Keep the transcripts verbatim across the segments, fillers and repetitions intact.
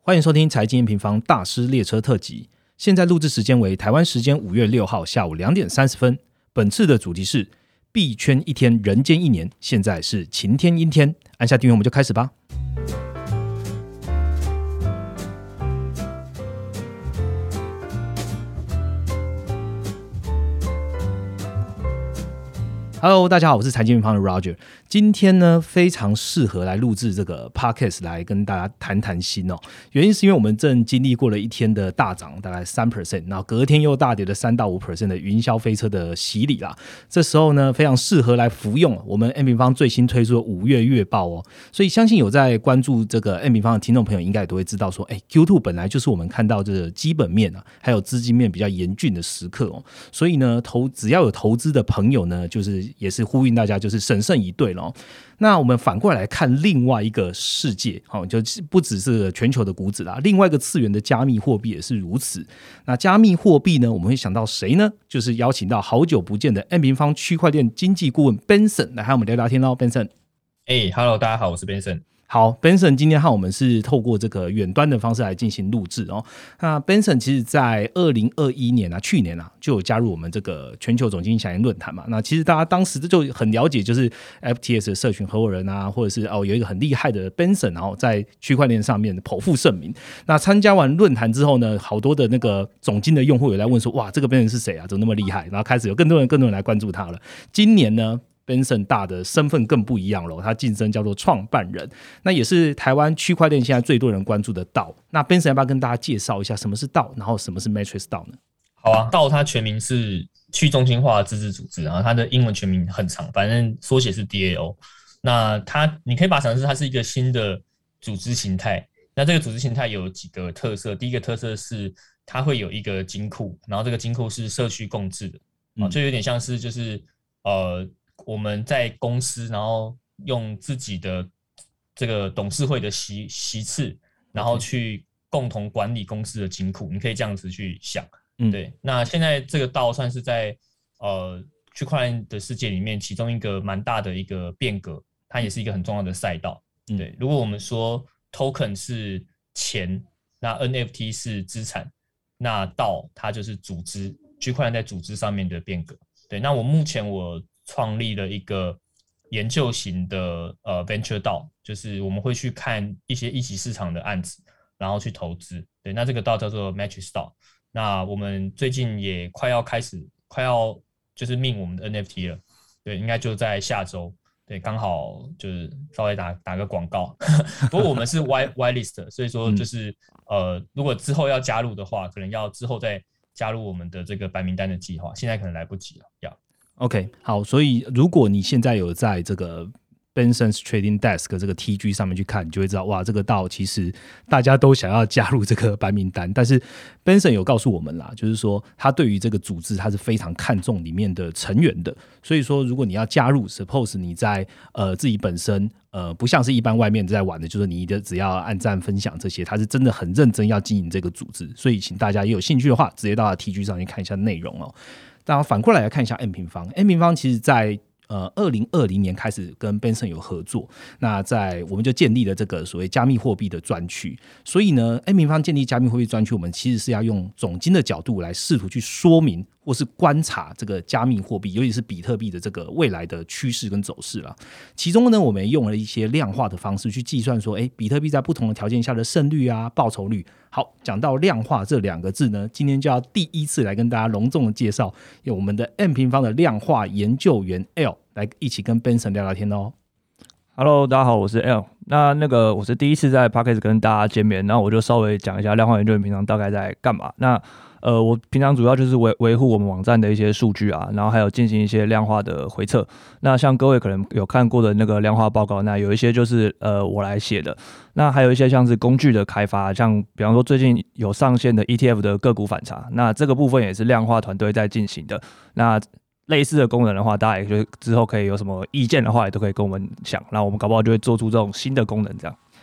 欢迎收听财经平方大师列车特辑。现在录制时间为台湾时间五月六号下午两点三十分。本次的主题是币圈一天人间一年，现在是晴天阴天。按下订阅我们就开始吧。Hello， 大家好，我是财经平方的 Roger。今天呢，非常适合来录制这个 Podcast 来跟大家谈谈心哦。原因是因为我们正经历过了一天的大涨，大概 百分之三， 然后隔天又大跌的百分之三到五 的云霄飞车的洗礼啦。这时候呢，非常适合来服用我们 M 平方最新推出的五月月报哦。所以相信有在关注这个 M 平方的听众朋友，应该也都会知道说，哎 ，Q 二 本来就是我们看到这个基本面啊，还有资金面比较严峻的时刻哦。所以呢，投只要有投资的朋友呢，就是也是呼吁大家就是审慎以对了。那我们反过来看另外一个世界，就不只是全球的股指啦，另外一个次元的加密货币也是如此。那加密货币呢，我们会想到谁呢？就是邀请到好久不见的 M 平方区块链经济顾问 Benson 来和我们聊聊天咯。 Benson， 哎 ，Hello， 大家好，我是 Benson。 好 ，Benson 今天和我们是透过这个远端的方式来进行录制哦。那 Benson 其实在二零二一年啊，去年啊就有加入我们这个全球总经理响应论坛嘛。那其实大家当时就很了解，就是 F T S 的社群合伙人啊，或者是哦有一个很厉害的 Benson， 然后在区块链上面颇负盛名。那参加完论坛之后呢，好多的那个总经的用户有来问说，哇，这个 Benson 是谁啊？怎么那么厉害？然后开始有更多人、更多人来关注他了。今年呢，Benson 大的身份更不一样了，他晋升叫做创办人，那也是台湾区块链现在最多人关注的 D A O。 那 Benson 要不要跟大家介绍一下什么是 D A O， 然后什么是 Matrix D A O 呢？ 好啊，D A O 它全名是去中心化自治组织，然后它的英文全名很长，反正缩写是 D A O。 那它你可以把它想成是它是一个新的组织形态。那这个组织形态有几个特色，第一个特色是它会有一个金库，然后这个金库是社区共治的，嗯、就有点像是就是呃我们在公司，然后用自己的这个董事会的席席次，然后去共同管理公司的金库，你可以这样子去想。嗯、对。那现在这个D A O算是在呃区块链的世界里面其中一个蛮大的一个变革，它也是一个很重要的赛道。嗯、对。如果我们说 token 是钱，那 N F T 是资产，那 D A O 它就是组织，区块链在组织上面的变革。对。那我目前我创立了一个研究型的呃 venture D A O， 就是我们会去看一些一级市场的案子，然后去投资。对，那这个 D A O 叫做 Matrix D A O。那我们最近也快要开始，快要就是命我们的 N F T 了。对，应该就在下周。对，刚好就是稍微打打个广告。不过我们是 Y Y list， 所以说就是、嗯、呃，如果之后要加入的话，可能要之后再加入我们的这个白名单的计划，现在可能来不及了。要。 OK， 好，所以如果你现在有在这个 Benson's Trading Desk 这个 T G 上面去看，你就会知道，哇，这个D A O其实大家都想要加入这个白名单，但是 Benson 有告诉我们啦，就是说他对于这个组织他是非常看重里面的成员的，所以说如果你要加入 ，suppose 你在呃自己本身呃不像是一般外面在玩的，就是你的只要按赞分享这些，他是真的很认真要经营这个组织，所以请大家也有兴趣的话，直接到他 T G 上去看一下内容哦。那反过来来看一下 M 平方 ，M 平方其实在呃二零二零年开始跟 Benson 有合作，那在我们就建立了这个所谓加密货币的专区。所以呢 ，M 平方建立加密货币专区，我们其实是要用总经的角度来试图去说明或是观察这个加密货币，尤其是比特币的这个未来的趋势跟走势啦。其中呢，我们用了一些量化的方式去计算说，哎，比特币在不同的条件下的胜率啊、报酬率。好，讲到量化这两个字呢，今天就要第一次来跟大家隆重的介绍，有我们的 M 平方的量化研究员 L 来一起跟 Benson 聊聊天哦。 Hello， 大家好，我是 L。那那个我是第一次在 Podcast 跟大家见面，然后我就稍微讲一下量化研究员平常大概在干嘛。那呃，我平常主要就是维维护我们网站的一些数据啊，然后还有进行一些量化的回测。那像各位可能有看过的那个量化报告，那有一些就是呃我来写的。那还有一些像是工具的开发，像比方说最近有上线的 E T F 的个股反查，那这个部分也是量化团队在进行的。那类似的功能的话，大家也就之后可以有什么意见的话，也都可以跟我们讲，那我们搞不好就会做出这种新的功能这样。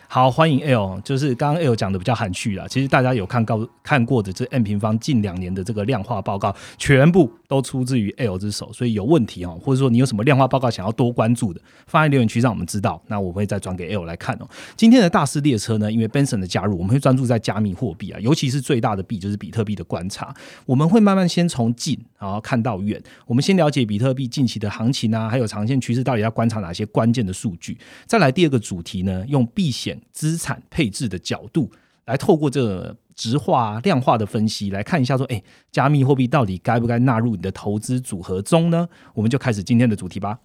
好，欢迎 L， 就是刚刚 L 讲的比较含蓄啦，其实大家有看到看过的这 M 平方近两年的这个量化报告，全部都出自于 L 之手，所以有问题哦，或者说你有什么量化报告想要多关注的，放在留言区让我们知道，那我会再转给 L 来看哦。今天的大师列车呢，因为 Benson 的加入，我们会专注在加密货币啊，尤其是最大的币就是比特币的观察，我们会慢慢先从近然后看到远，我们先了解比特币近期的行情啊，还有长线趋势到底要观察哪些关键的数据，再来第二个主题呢，用避险资产配置的角度来透过这个质化、量化的分析来看一下说，哎，加密货币到底该不该纳入你的投资组合中呢？我们就开始今天的主题吧。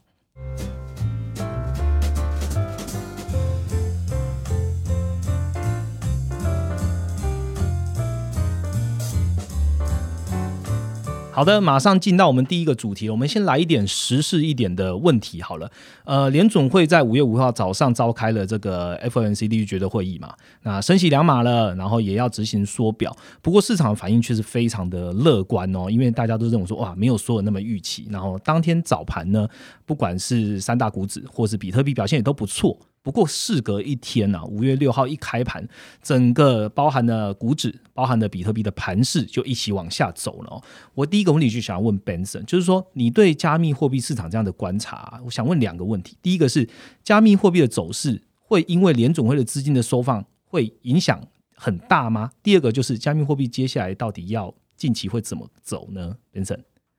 好的，马上进到我们第一个主题，我们先来一点时事一点的问题好了。呃，联准会在五月五号早上召开了这个 F O M C 利率决策会议嘛，那升息两码了，然后也要执行缩表。不过市场反应却是非常的乐观哦，因为大家都认为说哇，没有说的那么预期。然后当天早盘呢，不管是三大股指或是比特币表现也都不错。不过事隔一天啊，五月六号一开盘，整个包含了股指、包含了比特币的盘势就一起往下走了哦。我第一个问题就想要问 Benson， 就是说你对加密货币市场这样的观察，我想问两个问题。第一个是加密货币的走势会因为联准会的资金的收放会影响很大吗？第二个就是加密货币接下来到底要近期会怎么走呢 ？Benson？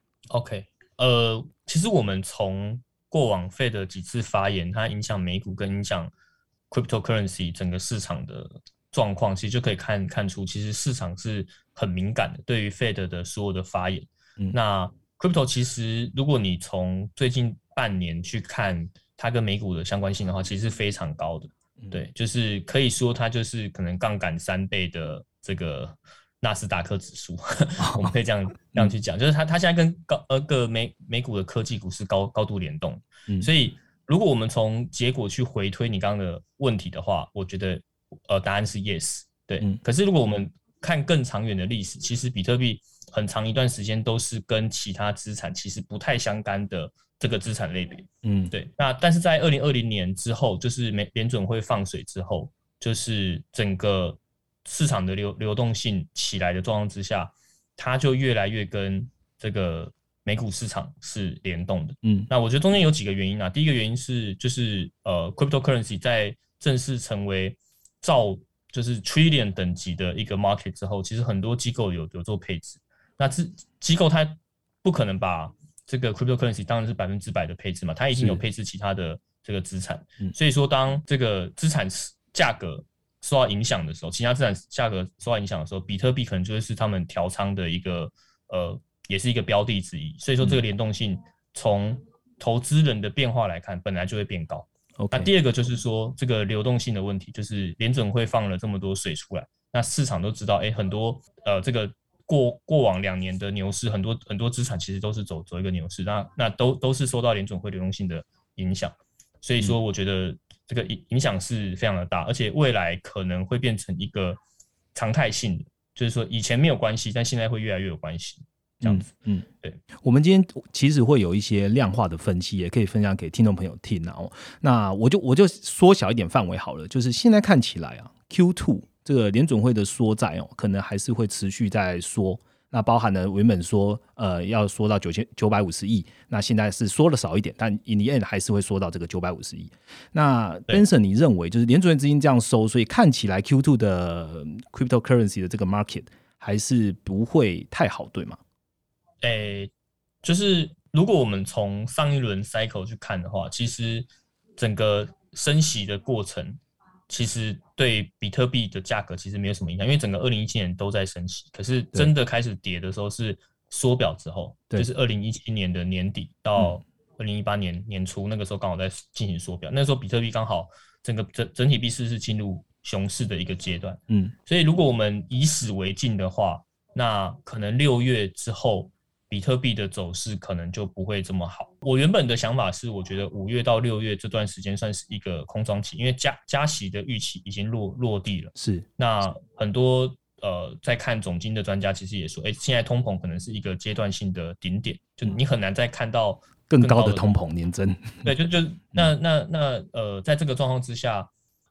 OK， 呃，其实我们从过往 Fed 的几次发言，它影响美股跟影响 cryptocurrency 整个市场的状况，其实就可以看看出，其实市场是很敏感的，对于 Fed 的所有的发言。嗯、那 crypto 其实，如果你从最近半年去看它跟美股的相关性的话，其实是非常高的。嗯、对，就是可以说它就是可能杠杆三倍的这个纳斯达克指数，我们可以这样这样去讲，就是它它现在跟高呃个美美股的科技股是高高度联动，嗯、所以如果我们从结果去回推你刚刚的问题的话，我觉得呃答案是 yes， 对。嗯、可是如果我们看更长远的历史，其实比特币很长一段时间都是跟其他资产其实不太相干的这个资产类别，嗯，对。那但是在二零二零年之后，就是美联准会放水之后，就是整个市场的 流, 流动性起来的状况之下，它就越来越跟这个美股市场是联动的。嗯，那我觉得中间有几个原因啊。第一个原因是就是呃 ，cryptocurrency 在正式成为兆就是 trillion 等级的一个 market 之后，其实很多机构有有做配置。那机构它不可能把这个 cryptocurrency 当然是百分之百的配置嘛，它已经有配置其他的这个资产。嗯、所以说，当这个资产价格受到影响的时候，其他资产价格受到影响的时候，比特币可能就会是他们调仓的一个呃，也是一个标的之一。所以说，这个联动性从投资人的变化来看，本来就会变高。Okay. 那第二个就是说，这个流动性的问题，就是联准会放了这么多水出来，那市场都知道，哎，很多呃，这个过过往两年的牛市，很多很多资产其实都是走走一个牛市，那那都都是受到联准会流动性的影响。所以说，我觉得这个影响是非常的大，而且未来可能会变成一个常态性的，就是说以前没有关系，但现在会越来越有关系。这样子，嗯，对。 我们今天其实会有一些量化的分析，也可以分享给听众朋友听啊。那我就我就缩小一点范围好了，就是现在看起来啊 ，Q 二 这个联准会的缩债哦，可能还是会持续在缩。那包含了原本说呃要缩到九百五十亿，那现在是缩了少一点，但 in the end 还是会缩到这个九百五十亿。那 Benson 你认为就是联准会资金这样收，所以看起来 Q 二 的 cryptocurrency 的这个 market 还是不会太好，对吗？ 诶，就是如果我们从上一轮 cycle 去看的话，其实整个升息的过程，其实对比特币的价格其实没有什么影响，因为整个二零一七年都在升息，可是真的开始跌的时候是缩表之后，就是二零一七年的年底到二零一八年年初，那个时候刚好在进行缩表，那个时候比特币刚好整个整整体币市是进入熊市的一个阶段，嗯，所以如果我们以史为镜的话，那可能六月之后比特币的走势可能就不会这么好。我原本的想法是，我觉得五月到六月这段时间算是一个空窗期，因为加加息的预期已经落落地了。 是， 那很多呃在看总经的专家其实也说，哎，现在通膨可能是一个阶段性的顶点，就你很难再看到更高的通膨年增。 对，就就那那那呃，在这个状况之下，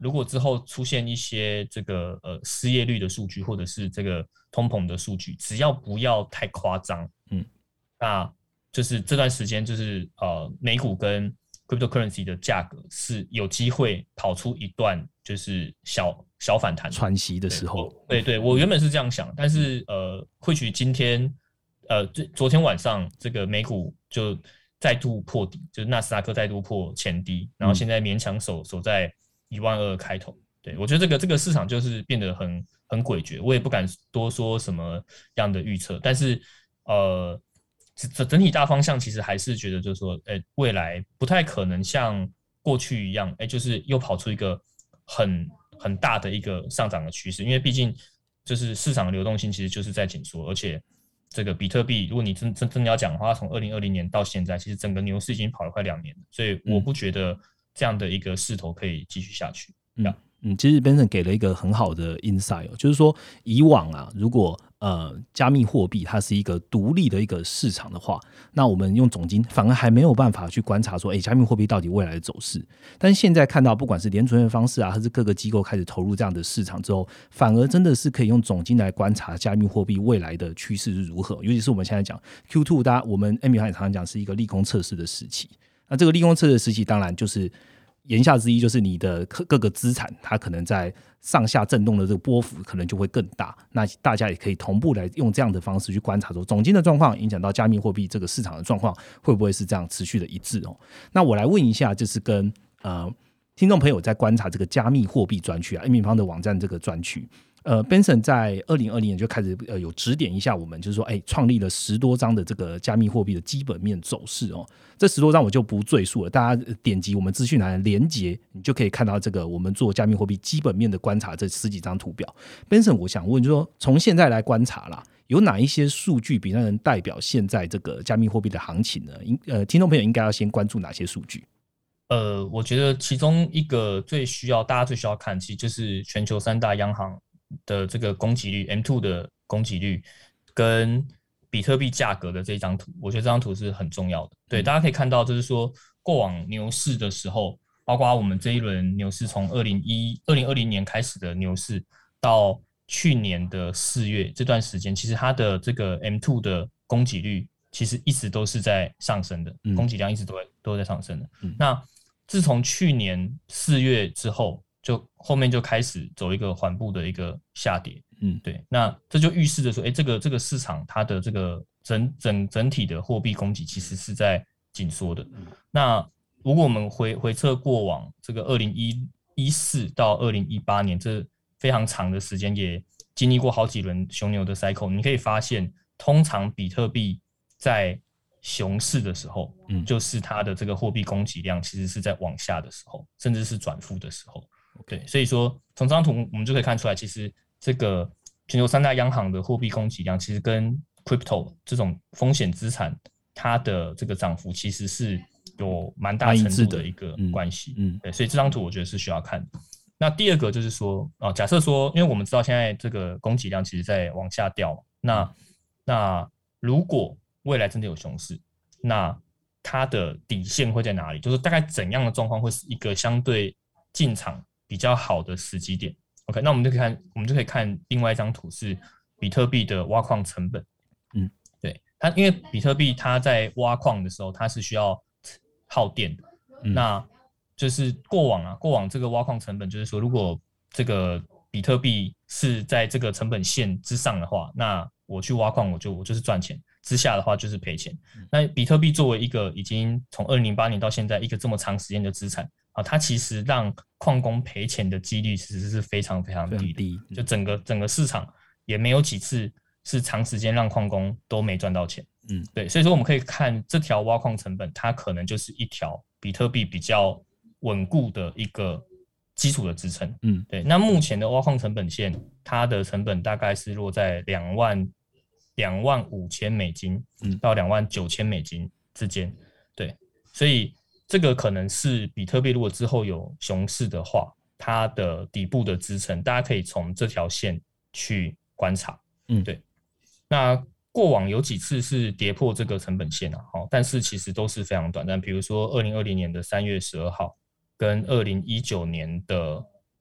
如果之后出现一些这个呃失业率的数据，或者是这个通膨的数据，只要不要太夸张，嗯，那就是这段时间就是呃美股跟 cryptocurrency 的价格是有机会跑出一段就是小小反弹喘息的时候。 对 对, 对，我原本是这样想，但是呃，或许今天呃昨天晚上这个美股就再度破底，就是纳斯达克再度破前低，然后现在勉强守守在一万二开头。对，我觉得这个这个市场就是变得很很诡谲，我也不敢多说什么样的预测，但是呃，整整体大方向其实还是觉得就是说，哎，未来不太可能像过去一样，哎，就是又跑出一个很很大的一个上涨的趋势，因为毕竟就是市场的流动性其实就是在紧缩，而且这个比特币，如果你真真真的要讲的话，从二零二零年到现在，其实整个牛市已经跑了快两年了，所以我不觉得这样的一个势头可以继续下去。 嗯嗯，其实 Benson 给了一个很好的 insight，哦，就是说以往啊，如果呃加密货币它是一个独立的一个市场的话，那我们用总金反而还没有办法去观察说，哎，加密货币到底未来的走势。但是现在看到，不管是联储会的方式啊，还是各个机构开始投入这样的市场之后，反而真的是可以用总金来观察加密货币未来的趋势是如何。尤其是我们现在讲 Q 二， 大家我们 Amy 也常常讲是一个利空测试的时期。那这个利空测试的时期，当然就是言下之意就是你的各个资产它可能在上下震动的这个波幅可能就会更大，那大家也可以同步来用这样的方式去观察说总金的状况影响到加密货币这个市场的状况会不会是这样持续的一致哦。那我来问一下，就是跟呃听众朋友在观察这个加密货币专区啊，一鸣方的网站这个专区，呃 Benson 在二零二零年就开始呃有指点一下我们，就是说哎创立了十多张的这个加密货币的基本面走势哦。这十多张我就不赘述了，大家点击我们资讯栏的连结，你就可以看到这个我们做加密货币基本面的观察这十几张图表。Benson 我想问就是说，从现在来观察啦，有哪一些数据比较能代表现在这个加密货币的行情呢？呃，听众朋友应该要先关注哪些数据？ 呃，我觉得其中一个最需要大家最需要看，其实就是全球三大央行的这个供给率 M 二 的供给率跟比特币价格的这张图，我觉得这张图是很重要的。对，大家可以看到，就是说过往牛市的时候，包括我们这一轮牛市从二零二零年开始的牛市到去年的四月这段时间，其实它的这个 M 二 的供给率其实一直都是在上升的，供给量一直都在都在上升的。嗯、那自从去年四月之后，就后面就开始走一个缓步的一个下跌。嗯，对，那这就预示着说，哎，这个这个市场它的这个整整整体的货币供给其实是在紧缩的。嗯、那如果我们回回测过往这个二零一四到二零一八年这非常长的时间，也经历过好几轮熊牛的 cycle， 你可以发现，通常比特币在熊市的时候，嗯，就是它的这个货币供给量其实是在往下的时候，甚至是转负的时候。对，所以说从这张图我们就可以看出来，其实这个全球三大央行的货币供给量，其实跟 crypto 这种风险资产它的这个涨幅其实是有蛮大程度的一个关系。嗯，对，所以这张图我觉得是需要看的。那第二个就是说，啊，假设说，因为我们知道现在这个供给量其实在往下掉嘛，那那如果未来真的有熊市，那它的底线会在哪里？就是大概怎样的状况会是一个相对进场比较好的时机点 ？OK， 那我们就可以看，我们就可以看另外一张图是比特币的挖矿成本。嗯，对，它因为比特币它在挖矿的时候，它是需要耗电的。嗯、那就是过往啊，过往这个挖矿成本，就是说，如果这个比特币是在这个成本线之上的话，那我去挖矿，我就我就是赚钱；之下的话就是赔钱。那比特币作为一个已经从二零零八年到现在一个这么长时间的资产啊，它其实让矿工赔钱的几率其实是非常非常低的，嗯、就整个整个市场也没有几次是长时间让矿工都没赚到钱。嗯，对，所以说我们可以看这条挖矿成本，它可能就是一条比特币比较稳固的一个基础的支撑。嗯，对。那目前的挖矿成本线，它的成本大概是落在两万两万五千美金到两万九千美金之间。对，所以这个可能是比特币如果之后有熊市的话，它的底部的支撑，大家可以从这条线去观察。嗯，对。那过往有几次是跌破这个成本线啊，但是其实都是非常短暂。比如说二零二零年的三月十二号，跟二零一九年的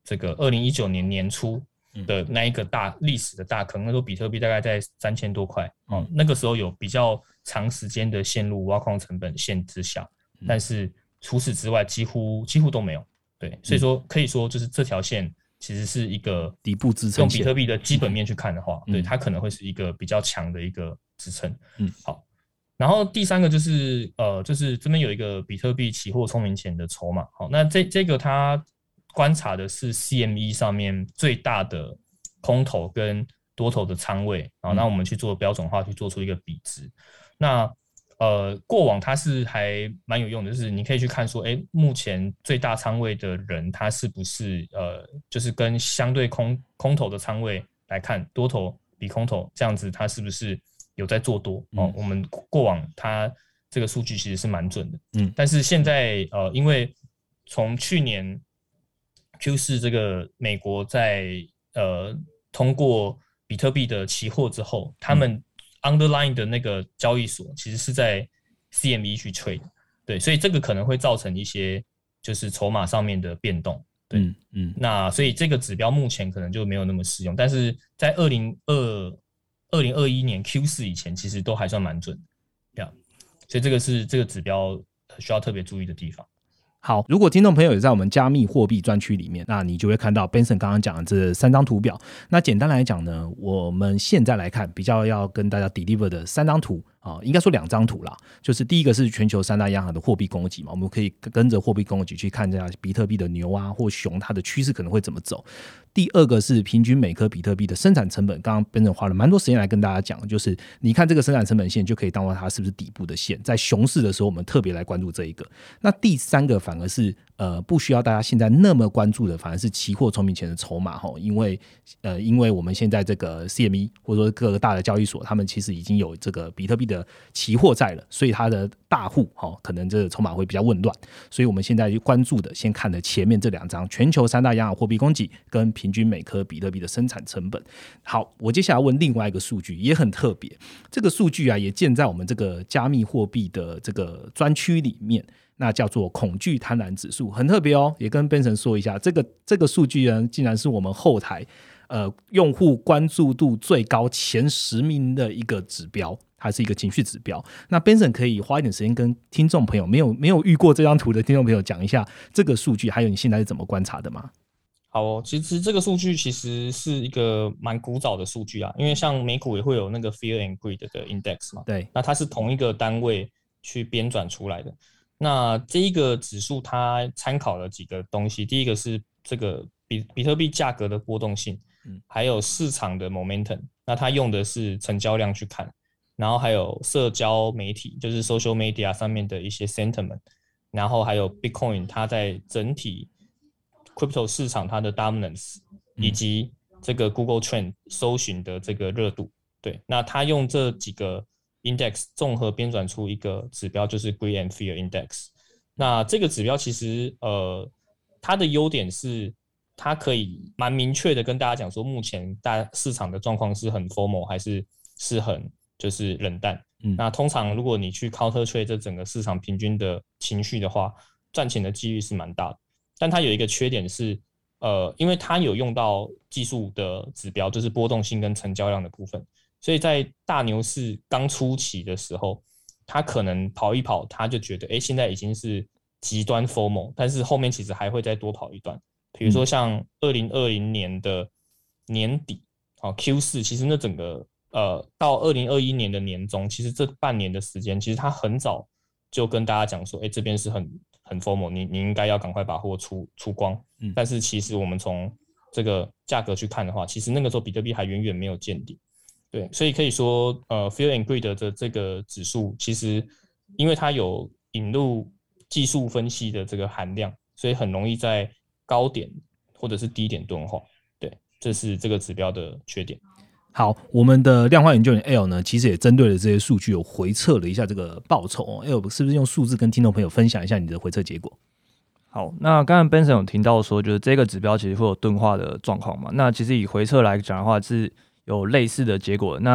这个二零一九年年初的那一个大历史的大坑，那时候比特币大概在三千多块，哦，那个时候有比较长时间的陷入挖矿成本线之下，但是除此之外几乎几乎都没有。对，所以说可以说就是这条线其实是一个底部支撑线， 用比特币的基本面去看的话， 嗯、 对它可能会是一个比较强的一个支撑。 嗯， 好。然后第三个就是呃，就是这边有一个比特币期货聪明钱的筹码。好，那这这个它观察的是 C M E 上面最大的空头跟多头的仓位，然后那我们去做标准化，去做出一个比值。那呃，过往它是还蛮有用的，就是你可以去看说，哎，目前最大仓位的人，他是不是呃，就是跟相对空空头的仓位来看，多头比空头这样子，它是不是有在做多哦？ 嗯、 我们过往它这个数据其实是蛮准的， 嗯， 但是现在呃，因为从去年 Q 四 这个美国在呃通过比特币的期货之后，他们 underline 的那个交易所其实是在 C M E 去 trade 的，对，所以这个可能会造成一些就是筹码上面的变动，对， 嗯嗯， 那所以这个指标目前可能就没有那么适用，但是在二零二二零二一年 Q 四 以前，其实都还算蛮准的， yeah, 所以这个是这个指标需要特别注意的地方。 好，如果听众朋友也在我们加密货币专区里面，那你就会看到 Benson 刚刚讲的这三张图表。那简单来讲呢，我们现在来看比较要跟大家 deliver 的三张图啊，应该说两张图啦。就是第一个是全球三大央行的货币供给嘛，我们可以跟着货币供给去看一下比特币的牛啊或熊它的趋势可能会怎么走。第二个是平均每颗比特币的生产成本，刚刚 Benson 花了蛮多时间来跟大家讲，就是你看这个生产成本线就可以当作它是不是底部的线，在熊市的时候我们特别来关注这一个。那第三个反而是呃不需要大家现在那么关注的，反而是期货聪明钱的筹码齁，因为呃因为我们现在这个 C M E 或者说各个大的交易所，他们其实已经有这个比特币的期货在了，所以它的大户齁可能这个筹码会比较混乱，所以我们现在关注的先看的前面这两张全球三大央行货币供给跟平均每颗比特币的生产成本。好，我接下来问另外一个数据也很特别，这个数据啊也建在我们这个加密货币的这个专区里面，那叫做恐惧贪婪指数，很特别哦，也跟 Benson 说一下，这个这个数据呢竟然是我们后台呃用户关注度最高前十名的一个指标，它是一个情绪指标。那 Benson 可以花一点时间跟听众朋友没有没有遇过这张图的听众朋友讲一下这个数据，还有你现在是怎么观察的吗？ 好哦，其实这个数据其实是一个蛮古早的数据啊，因为像美股也会有那个 Fear and Greed 的 index 嘛， 对， 那它是同一个单位去编转出来的。那这一个指数它参考了几个东西，第一个是这个比比特币价格的波动性，嗯，还有市场的 momentum， 那它用的是成交量去看，然后还有社交媒体，就是 social media 上面的一些 sentiment， 然后还有 Bitcoin 它在整体crypto 市场它的 dominance， 以及这个 Google Trend 搜寻的这个热度，对，那它用这几个 index 综合编转出一个指标，就是 Greed and Fear Index。那这个指标其实呃，它的优点是它可以蛮明确的跟大家讲说，目前大市场的状况是很 FOMO 还是是很就是冷淡。嗯，那通常如果你去 counter trade 这整个市场平均的情绪的话，赚钱的几率是蛮大的。但它有一个缺点是，呃，因为它有用到技术的指标，就是波动性跟成交量的部分，所以在大牛市刚初期的时候，它可能跑一跑，它就觉得，哎，现在已经是极端 FOMO， 但是后面其实还会再多跑一段。比如说像二零二零年的年底，哦 Q 四，其实那整个呃到二零二一年的年中，其实这半年的时间，其实它很早就跟大家讲说，哎，这边是很。很 FOMO， 你你应该要赶快把货出出光、嗯。但是其实我们从这个价格去看的话，其实那个时候比特币还远远没有见顶。对，所以可以说，呃 ，Fear and Greed 的这个指数，其实因为它有引入技术分析的这个含量，所以很容易在高点或者是低点钝化。对，这是这个指标的缺点。 好，我们的量化研究员 L 呢，其实也针对了这些数据有回测了一下这个报酬、哦、L 是不是用数字跟听众朋友分享一下你的回测结果？ 好，那刚才 Benson 有提到说，就是这个指标其实会有钝化的状况嘛。那其实以回测来讲的话，是有类似的结果的。那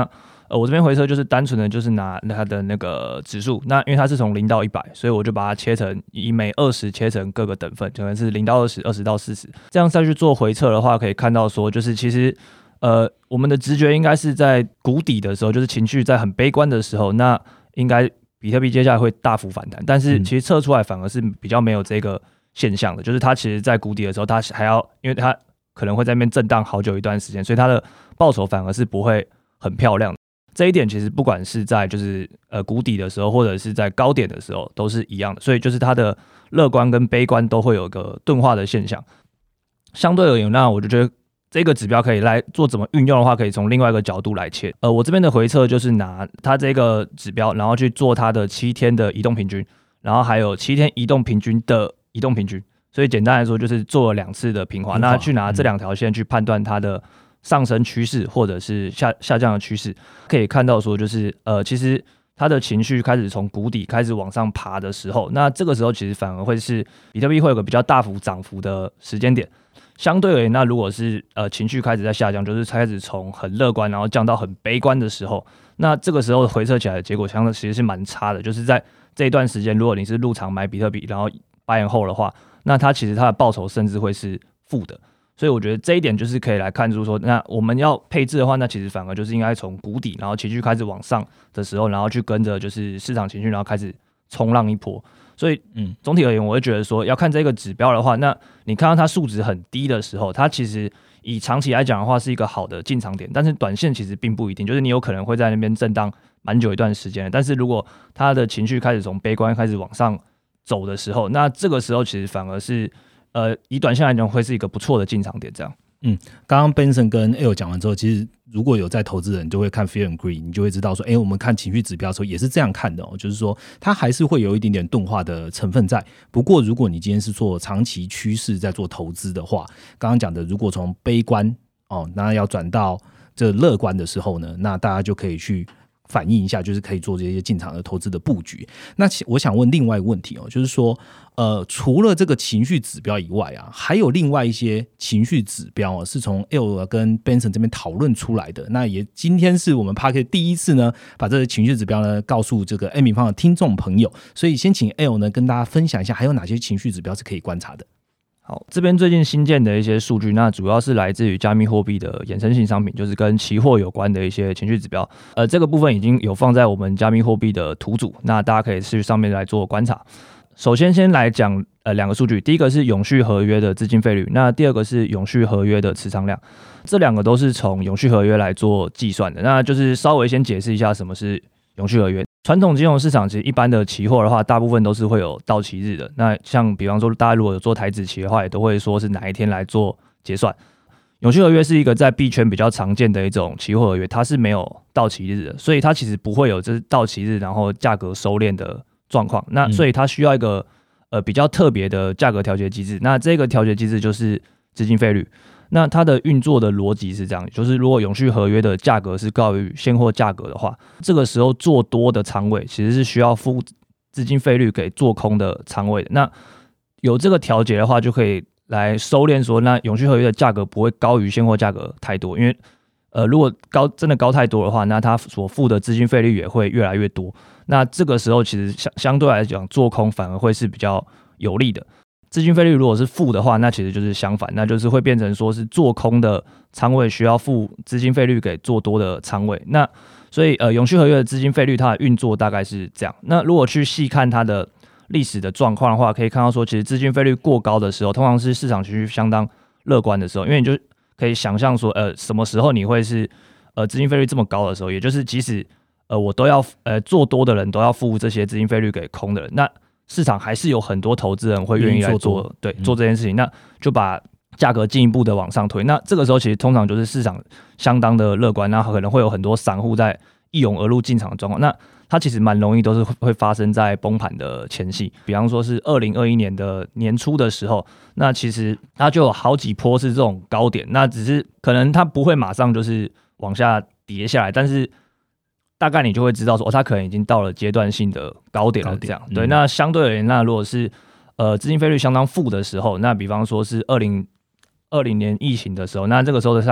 呃，我这边回测就是单纯的就是拿它的那个指数，那因为它是从零到一百，所以我就把它切成以每二十切成各个等分，可能是零到二十、二十到四十，这样再去做回测的话，可以看到说，就是其实呃，我们的直觉应该是在谷底的时候，就是情绪在很悲观的时候，那应该比特币接下来会大幅反弹，但是其实测出来反而是比较没有这个现象的，就是它其实在谷底的时候，它还要，因为它可能会在那边震荡好久一段时间，所以它的报酬反而是不会很漂亮的。这一点其实不管是在就是呃谷底的时候，或者是在高点的时候，都是一样的。所以就是它的乐观跟悲观都会有一个钝化的现象。相对而言，那我就觉得这个指标可以来做怎么运用的话，可以从另外一个角度来切。呃，我这边的回测就是拿它这个指标，然后去做它的七天的移动平均，然后还有七天移动平均的移动平均。所以简单来说，就是做了两次的平滑，平滑那去拿这两条线去判断它的上升趋势或者是下下降的趋势，可以看到说，就是呃，其实它的情绪开始从谷底开始往上爬的时候，那这个时候其实反而会是比特币会有个比较大幅涨幅的时间点。相对而言，那如果是呃情绪开始在下降，就是开始从很乐观然后降到很悲观的时候，那这个时候回测起来的结果相对其实是蛮差的。就是在这一段时间，如果你是入场买比特币，然后buy and hold的话，那它其实它的报酬甚至会是负的。所以我觉得这一点就是可以来看出说，那我们要配置的话，那其实反而就是应该从谷底，然后情绪开始往上的时候，然后去跟着就是市场情绪，然后开始冲浪一波。所以，嗯，总体而言，我会觉得说，要看这个指标的话，那你看到它数值很低的时候，它其实以长期来讲的话是一个好的进场点，但是短线其实并不一定，就是你有可能会在那边震荡蛮久一段时间的。但是如果它的情绪开始从悲观开始往上走的时候，那这个时候其实反而是呃，以短线来讲会是一个不错的进场点，这样。 嗯，刚刚 Benson 跟 L 讲完之后，其实如果有在投资人，你就会看 Fear and Greed， 你就会知道说，哎、欸，我们看情绪指标的时候也是这样看的哦，就是说它还是会有一点点钝化的成分在。不过，如果你今天是做长期趋势在做投资的话，刚刚讲的，如果从悲观哦，那要转到这乐观的时候呢，那大家就可以去反映一下，就是可以做这些进场的投资的布局。那我想问另外一个问题哦，就是说，呃，除了这个情绪指标以外啊，还有另外一些情绪指标、啊、是从 L 跟 Benson 这边讨论出来的。那也今天是我们 Podcast 第一次呢，把这个情绪指标呢告诉这个 M 平方的听众朋友，所以先请 L 呢跟大家分享一下，还有哪些情绪指标是可以观察的。 好，这边最近新建的一些数据，那主要是来自于加密货币的衍生性商品，就是跟期货有关的一些情绪指标。呃，这个部分已经有放在我们加密货币的图组，那大家可以去上面来做观察。首先，先来讲呃两个数据，第一个是永续合约的资金费率，那第二个是永续合约的持仓量，这两个都是从永续合约来做计算的。那就是稍微先解释一下什么是永续合约。传统金融市场其实一般的期货的话，大部分都是会有到期日的。那像比方说，大家如果有做台指期的话，也都会说是哪一天来做结算。永续合约是一个在币圈比较常见的一种期货合约，它是没有到期日的，所以它其实不会有就是到期日然后价格收敛的状况。那所以它需要一个呃比较特别的价格调节机制。那这个调节机制就是资金费率。那它的运作的逻辑是这样，就是如果永续合约的价格是高于现货价格的话，这个时候做多的仓位其实是需要付资金费率给做空的仓位的。那有这个调节的话，就可以来收敛说，那永续合约的价格不会高于现货价格太多，因为呃，如果高真的高太多的话，那它所付的资金费率也会越来越多。那这个时候其实相相对来讲，做空反而会是比较有利的。资金费率如果是负的话，那其实就是相反，那就是会变成说是做空的仓位需要付资金费率给做多的仓位。那所以呃，永续合约的资金费率它的运作大概是这样。那如果去细看它的历史的状况的话，可以看到说，其实资金费率过高的时候，通常是市场情绪相当乐观的时候，因为你就可以想象说，呃，什么时候你会是呃资金费率这么高的时候，也就是即使呃我都要呃做多的人都要付这些资金费率给空的人，那市场还是有很多投资人会愿意来做，做对做这件事情，嗯、那就把价格进一步的往上推。那这个时候其实通常就是市场相当的乐观，那可能会有很多散户在一涌而入进场的状况。那它其实蛮容易都是会发生在崩盘的前夕，比方说是二零二一年的年初的时候，那其实它就有好几波是这种高点，那只是可能它不会马上就是往下跌下来，但是大概你就会知道说，哦，它可能已经到了阶段性的高点了，这样。对，那相对而言，那如果是呃资金费率相当负的时候，那比方说是二零二零年疫情的时候，那这个时候的它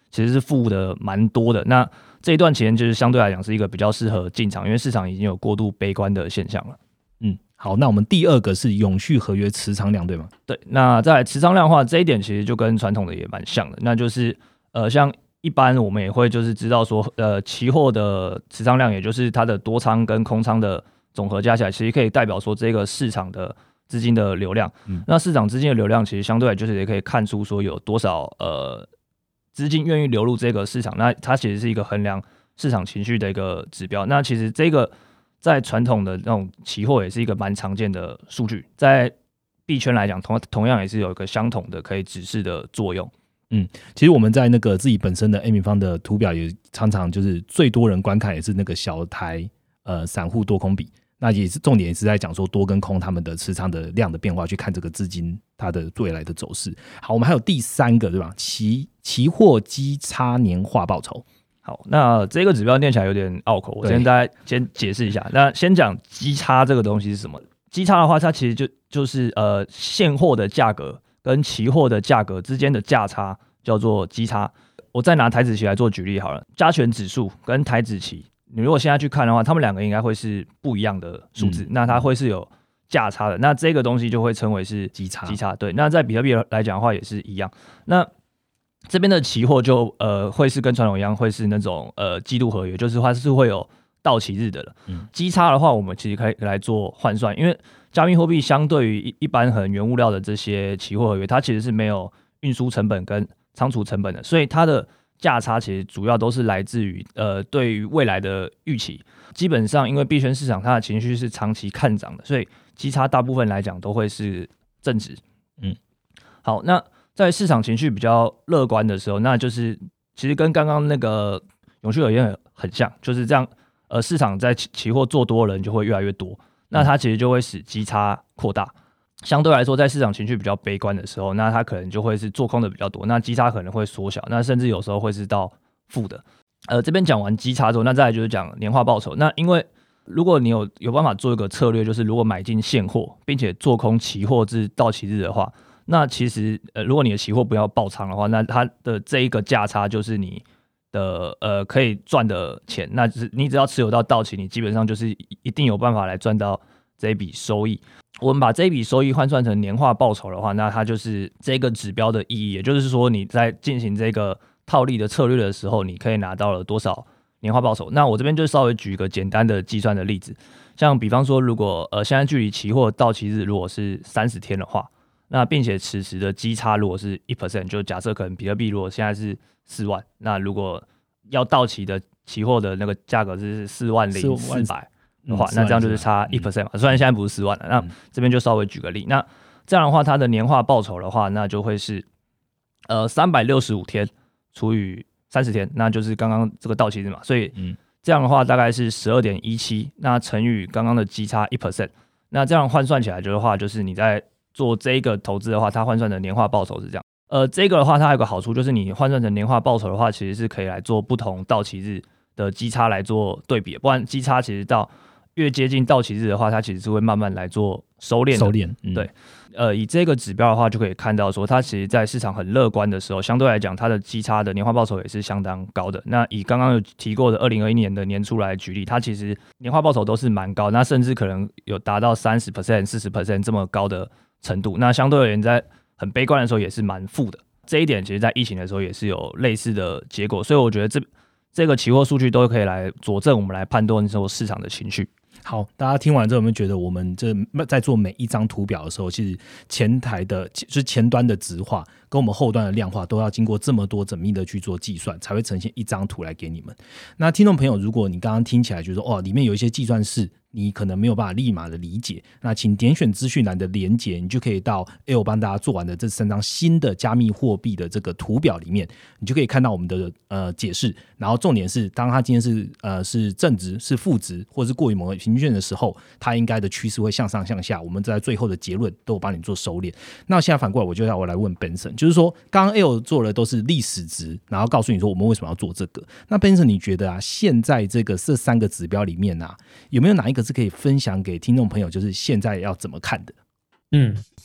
其实是负的蛮多的。那这一段期间就是相对来讲是一个比较适合进场，因为市场已经有过度悲观的现象了。 嗯，好，那我们第二个是永续合约持仓量，对吗？ 对，那在持仓量化这一点，其实就跟传统的也蛮像的，那就是呃，像一般我们也会就是知道说，呃，期货的持仓量，也就是它的多仓跟空仓的总和加起来，其实可以代表说这个市场的资金的流量。嗯、那市场资金的流量，其实相对来就是也可以看出说有多少呃资金愿意流入这个市场。那它其实是一个衡量市场情绪的一个指标。那其实这个在传统的那种期货也是一个蛮常见的数据，在币圈来讲，同同样也是有一个相同的可以指示的作用。 嗯，其实我们在那个自己本身的 A 平方的图表也常常就是最多人观看也是那个小台呃散户多空比，那也是重点也是在讲说多跟空他们的持仓的量的变化，去看这个资金它的未来的走势。好，我们还有第三个对吧？期期货基差年化报酬。 好，那这个指标念起来有点拗口，我先大家先解释一下。那先讲基差这个东西是什么？基差的话，它其实就就是呃现货的价格跟期货的价格之间的价差叫做基差。我再拿台指期来做举例好了，加权指数跟台指期，你如果现在去看的话，他们两个应该会是不一样的数字，嗯、那它会是有价差的。那这个东西就会称为是基差。 基差对。那在比特币来讲的话也是一样。那这边的期货就呃会是跟传统一样，会是那种呃季度合约，就是它是会有到期日的了。嗯，基差的话，我们其实可以来做换算，因为加密货币相对于一般很原物料的这些期货合约，它其实是没有运输成本跟仓储成本的，所以它的价差其实主要都是来自于呃对于未来的预期。基本上，因为币圈市场它的情绪是长期看涨的，所以基差大部分来讲都会是正值。嗯，好，那在市场情绪比较乐观的时候，那就是其实跟刚刚那个永续合约很像，就是这样。呃，市场在期货做多的人就会越来越多，那它其实就会使基差扩大。相对来说，在市场情绪比较悲观的时候，那它可能就会是做空的比较多，那基差可能会缩小，那甚至有时候会是到负的。呃，这边讲完基差之后，那再来就是讲年化报酬。那因为如果你有有办法做一个策略，就是如果买进现货，并且做空期货至到期日的话，那其实呃，如果你的期货不要爆仓的话，那它的这一个价差就是你的呃可以赚的钱，那就是你只要持有到到期，你基本上就是一定有办法来赚到这一笔收益。我们把这一笔收益换算成年化报酬的话，那它就是这个指标的意义，也就是说你在进行这个套利的策略的时候，你可以拿到了多少年化报酬。那我这边就稍微举一个简单的计算的例子，像比方说，如果呃现在距离期货到期日如果是三十天的话，那并且此时的基差如果是 百分之一， 就假设可能比特币如果现在是四万，那如果要到期的期货的那个价格是四万零四百的话，嗯、那这样就是差 百分之一 嘛。嗯、虽然现在不是四万了，那这边就稍微举个例，那这样的话，它的年化报酬的话，那就会是呃三百六十五天除以三十天，那就是刚刚这个到期日嘛，所以这样的话大概是 十二点一七， 那乘以刚刚的基差 百分之一， 那这样换算起来的话，就是你在做这个投资的话，它换算的年化报酬是这样。呃，这个的话，它有个好处就是你换算成年化报酬的话，其实是可以来做不同到期日的基差来做对比，不然基差其实到越接近到期日的话，它其实是会慢慢来做收敛的。 收敛，嗯、 对。呃，以这个指标的话，就可以看到说，它其实在市场很乐观的时候，相对来讲，它的基差的年化报酬也是相当高的。那以刚刚有提过的二零二一年的年初来举例，它其实年化报酬都是蛮高，那甚至可能有达到 百分之三十、四十 这么高的程度。那相对而言，在很悲观的时候也是蛮负的。这一点其实在疫情的时候也是有类似的结果，所以我觉得这这个期货数据都可以来佐证我们来判断说市场的情绪。 好，大家听完之后有没有觉得我们这在做每一张图表的时候，其实前台的就是前端的质化跟我们后端的量化都要经过这么多缜密的去做计算，才会呈现一张图来给你们。那听众朋友，如果你刚刚听起来就是说哦，里面有一些计算式你可能没有办法立马的理解，那请点选资讯栏的连结，你就可以到 L 帮大家做完的这三张新的加密货币的这个图表里面，你就可以看到我们的呃解释。然后重点是，当它今天是呃是正值、是负值，或者是过于某个平均线的时候，它应该的趋势会向上向下。我们在最后的结论都有帮你做收敛。那现在反过来，我就要我来问 Benson， 就是说，刚刚 L 做的都是历史值，然后告诉你说我们为什么要做这个。那 Benson， 你觉得啊，现在这个这三个指标里面啊，有没有哪一个是可以分享给听众朋友，就是现在要怎么看的？ 嗯，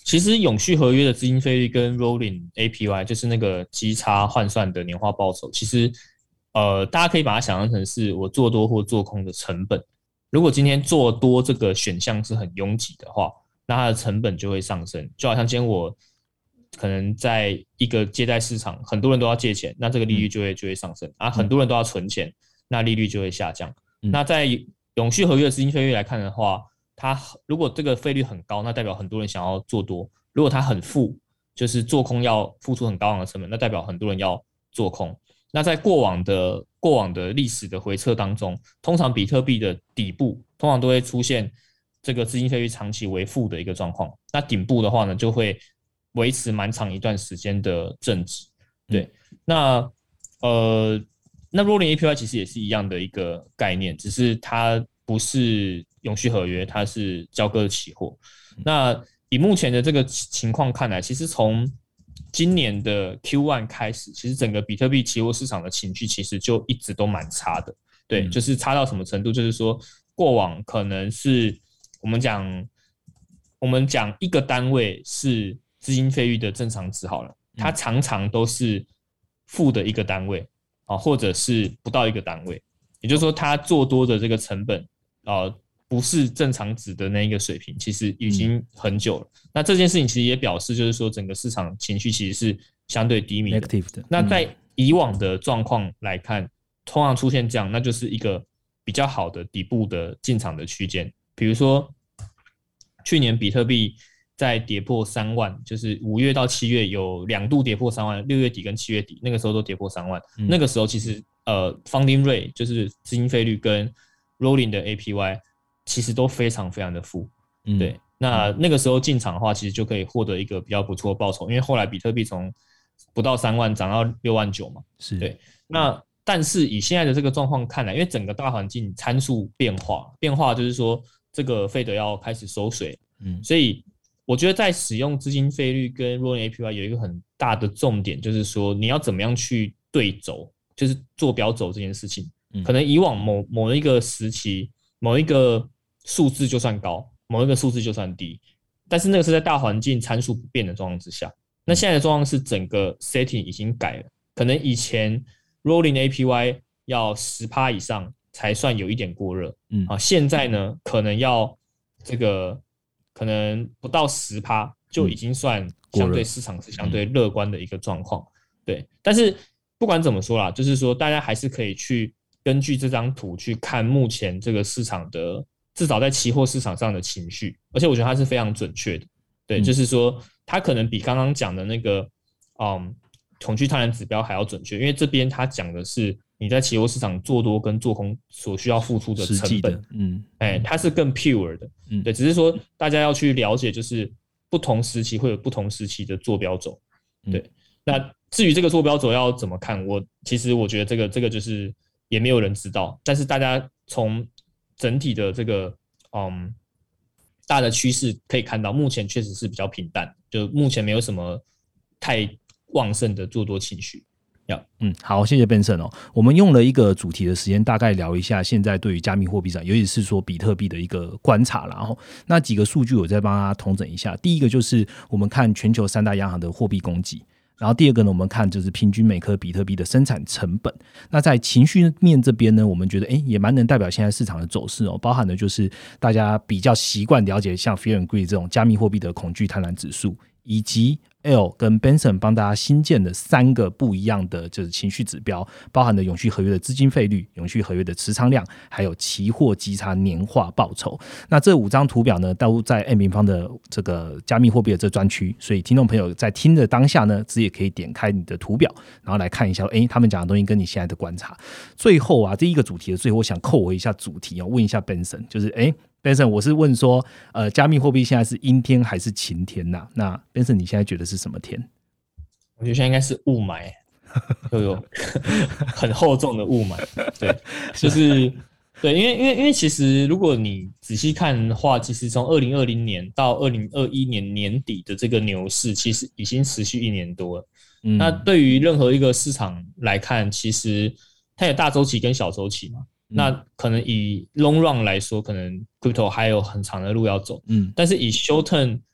其实永续合约的资金费率跟 Rolling A P Y 就是那个基差换算的年化报酬，其实呃大家可以把它想象成是我做多或做空的成本。如果今天做多这个选项是很拥挤的话，那它的成本就会上升。就好像今天我可能在一个借贷市场，很多人都要借钱，那这个利率就会就会上升啊，很多人都要存钱，那利率就会下降。嗯、那在永续合约的资金费率来看的话，它如果这个费率很高，那代表很多人想要做多；如果它很负，就是做空要付出很高昂的成本，那代表很多人要做空。那在过往的过往的历史的回测当中，通常比特币的底部通常都会出现这个资金费率长期为负的一个状况。那顶部的话呢，就会维持蛮长一段时间的正值。对，嗯、那呃，那 Rolling A P Y 其实也是一样的一个概念，只是它不是永续合约，它是交割的期货。那以目前的这个情况看来，其实从今年的 Q 一 开始，其实整个比特币期货市场的情绪其实就一直都蛮差的。对，嗯、就是差到什么程度？就是说，过往可能是我们讲，我们讲一个单位是资金费率的正常值好了，它常常都是负的一个单位啊，或者是不到一个单位。也就是说，它做多的这个成本啊，不是正常值的那一个水平，其实已经很久了。嗯、那这件事情其实也表示，就是说整个市场情绪其实是相对低迷的。 的那在以往的状况来看，通常出现这样，那就是一个比较好的底部的进场的区间。比如说，去年比特币在跌破三万，就是五月到七月有两度跌破三万，六月底跟七月底那个时候都跌破三万。嗯、那个时候其实呃 ，funding rate 就是资金费率跟 rolling 的 A P Y 其实都非常非常的负。嗯、对，那那个时候进场的话，其实就可以获得一个比较不错的报酬，因为后来比特币从不到三万涨到六万九嘛。 是对，那但是以现在的这个状况看来，因为整个大环境参数变化，变化就是说这个费德要开始收水，嗯，所以我觉得在使用资金费率跟 rolling A P Y 有一个很大的重点，就是说你要怎么样去对轴，就是坐标轴这件事情。嗯、可能以往某某一个时期，某一个数字就算高，某一个数字就算低，但是那个是在大环境参数不变的状况之下。那现在的状况是整个 setting 已经改了，可能以前 rolling A P Y 要 百分之十 以上才算有一点过热，嗯啊，现在呢可能要这个可能不到 百分之十 就已经算相对市场是相对乐观的一个状况。对，但是不管怎么说啦，就是说大家还是可以去根据这张图去看目前这个市场的至少在期货市场上的情绪，而且我觉得它是非常准确的。对，嗯、就是说它可能比刚刚讲的那个嗯恐惧贪婪指标还要准确，因为这边它讲的是你在期货市场做多跟做空所需要付出的成本，嗯，哎，它是更 pure 的，嗯，对，只是说大家要去了解，就是不同时期会有不同时期的坐标轴，对。嗯、那至于这个坐标轴要怎么看，我其实我觉得这个这个就是也没有人知道，但是大家从整体的这个嗯大的趋势可以看到，目前确实是比较平淡，就目前没有什么太旺盛的做多情绪。 嗯，好，谢谢 Benson 哦。我们用了一个主题的时间，大概聊一下现在对于加密货币上，尤其是说比特币的一个观察啦。然后那几个数据我再帮大家统整一下。第一个就是我们看全球三大央行的货币供给，然后第二个呢，我们看就是平均每颗比特币的生产成本。那在情绪面这边呢，我们觉得诶也蛮能代表现在市场的走势哦，包含的就是大家比较习惯了解像 Fear and Greed 这种加密货币的恐惧贪婪指数，以及 L 跟 Benson 帮大家新建的三个不一样的就是情绪指标，包含的永续合约的资金费率、永续合约的持仓量，还有期货基差年化报酬。那这五张图表呢，都在 M 平方的这个加密货币的这专区，所以听众朋友在听的当下呢，自己也可以点开你的图表，然后来看一下，哎，他们讲的东西跟你现在的观察。最后啊，第一个主题的最后，我想扣回一下主题哦，问一下 Benson， 就是哎。Benson， 我是问说，呃，加密货币现在是阴天还是晴天呐、啊？那 Benson， 你现在觉得是什么天？ 我觉得现在应该是雾霾，就有很厚重的雾霾。对，就是对，因为因为因为其实如果你仔细看的话，其实从二零二零年到二零二一年年底的这个牛市，其实已经持续一年多了。嗯、那对于任何一个市场来看，其实它有大周期跟小周期嘛。那可能以 long run 来说，可能 crypto 还有很长的路要走，嗯，但是以 short term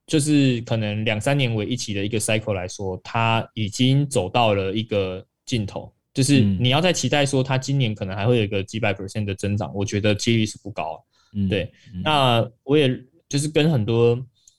就是可能两三年为一期的一个 cycle 来说，它已经走到了一个尽头。就是你要再期待说它今年可能还会有一个几百 percent 的增长，我觉得几率是不高、啊嗯。对，那我也就是跟很多